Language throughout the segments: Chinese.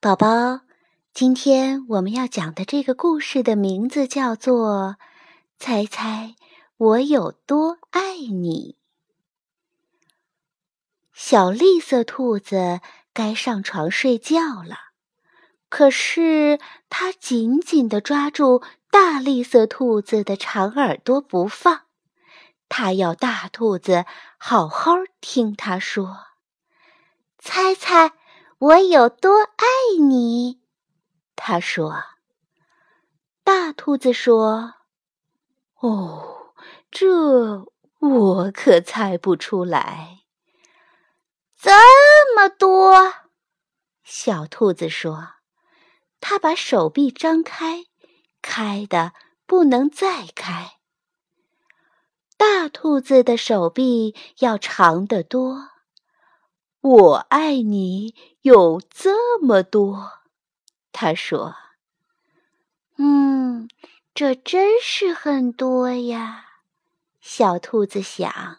宝宝，今天我们要讲的这个故事的名字叫做《猜猜我有多爱你》。小绿色兔子该上床睡觉了，可是它紧紧地抓住大绿色兔子的长耳朵不放，它要大兔子好好听它说：猜猜我有多爱你。他说。大兔子说：哦，这我可猜不出来。这么多，小兔子说。它把手臂张开，开得不能再开。大兔子的手臂要长得多。我爱你有这么多，他说。这真是很多呀，小兔子想。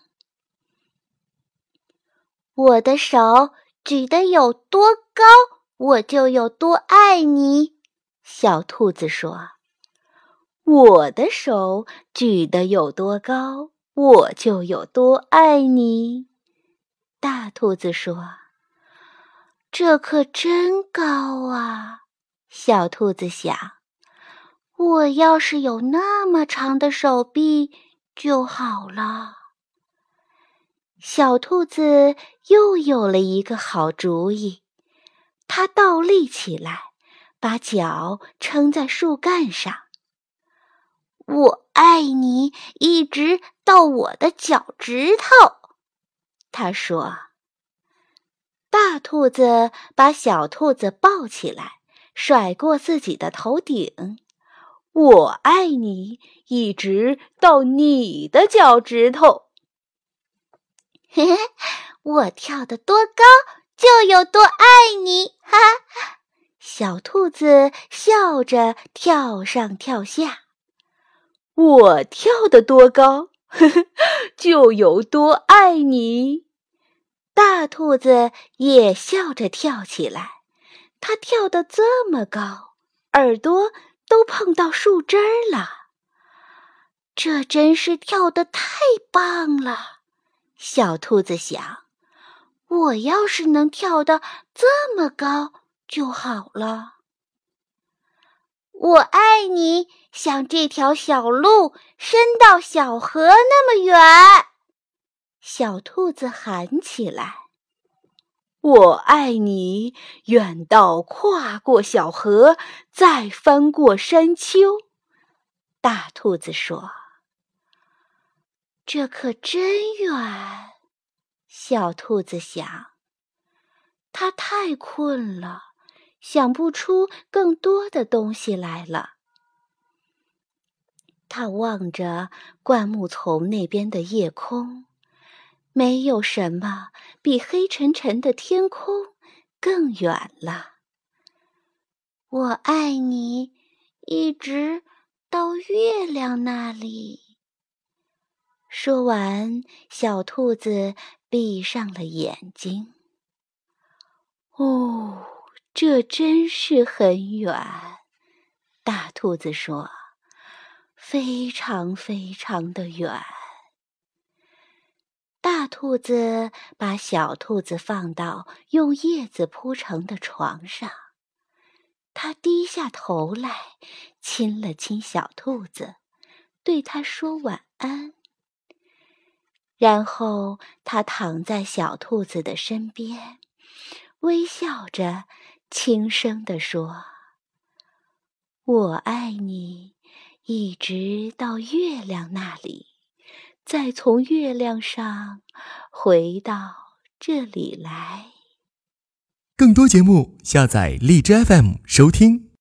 我的手举得有多高，我就有多爱你，小兔子说。我的手举得有多高，我就有多爱你，大兔子说。这可真高啊，小兔子想。我要是有那么长的手臂就好了。小兔子又有了一个好主意，它倒立起来，把脚撑在树干上。我爱你一直到我的脚趾头，它说。大兔子把小兔子抱起来，甩过自己的头顶。我爱你一直到你的脚趾头。嘿嘿，我跳得多高就有多爱你，哈哈！小兔子笑着跳上跳下。我跳得多高，呵呵，就有多爱你。大兔子也笑着跳起来，它跳得这么高，耳朵都碰到树枝儿了。这真是跳得太棒了，小兔子想。我要是能跳得这么高就好了。我爱你，像这条小路伸到小河那么远，小兔子喊起来。我爱你，远到跨过小河，再翻过山丘，大兔子说。这可真远，小兔子想。它太困了，想不出更多的东西来了。它望着灌木丛那边的夜空，没有什么比黑沉沉的天空更远了。我爱你，一直到月亮那里。说完，小兔子闭上了眼睛。哦，这真是很远，大兔子说，非常非常的远。大兔子把小兔子放到用叶子铺成的床上，它低下头来，亲了亲小兔子，对它说晚安。然后它躺在小兔子的身边，微笑着轻声地说：我爱你，一直到月亮那里，再从月亮上回到这里来。 更多节目下载荔枝 FM 收听。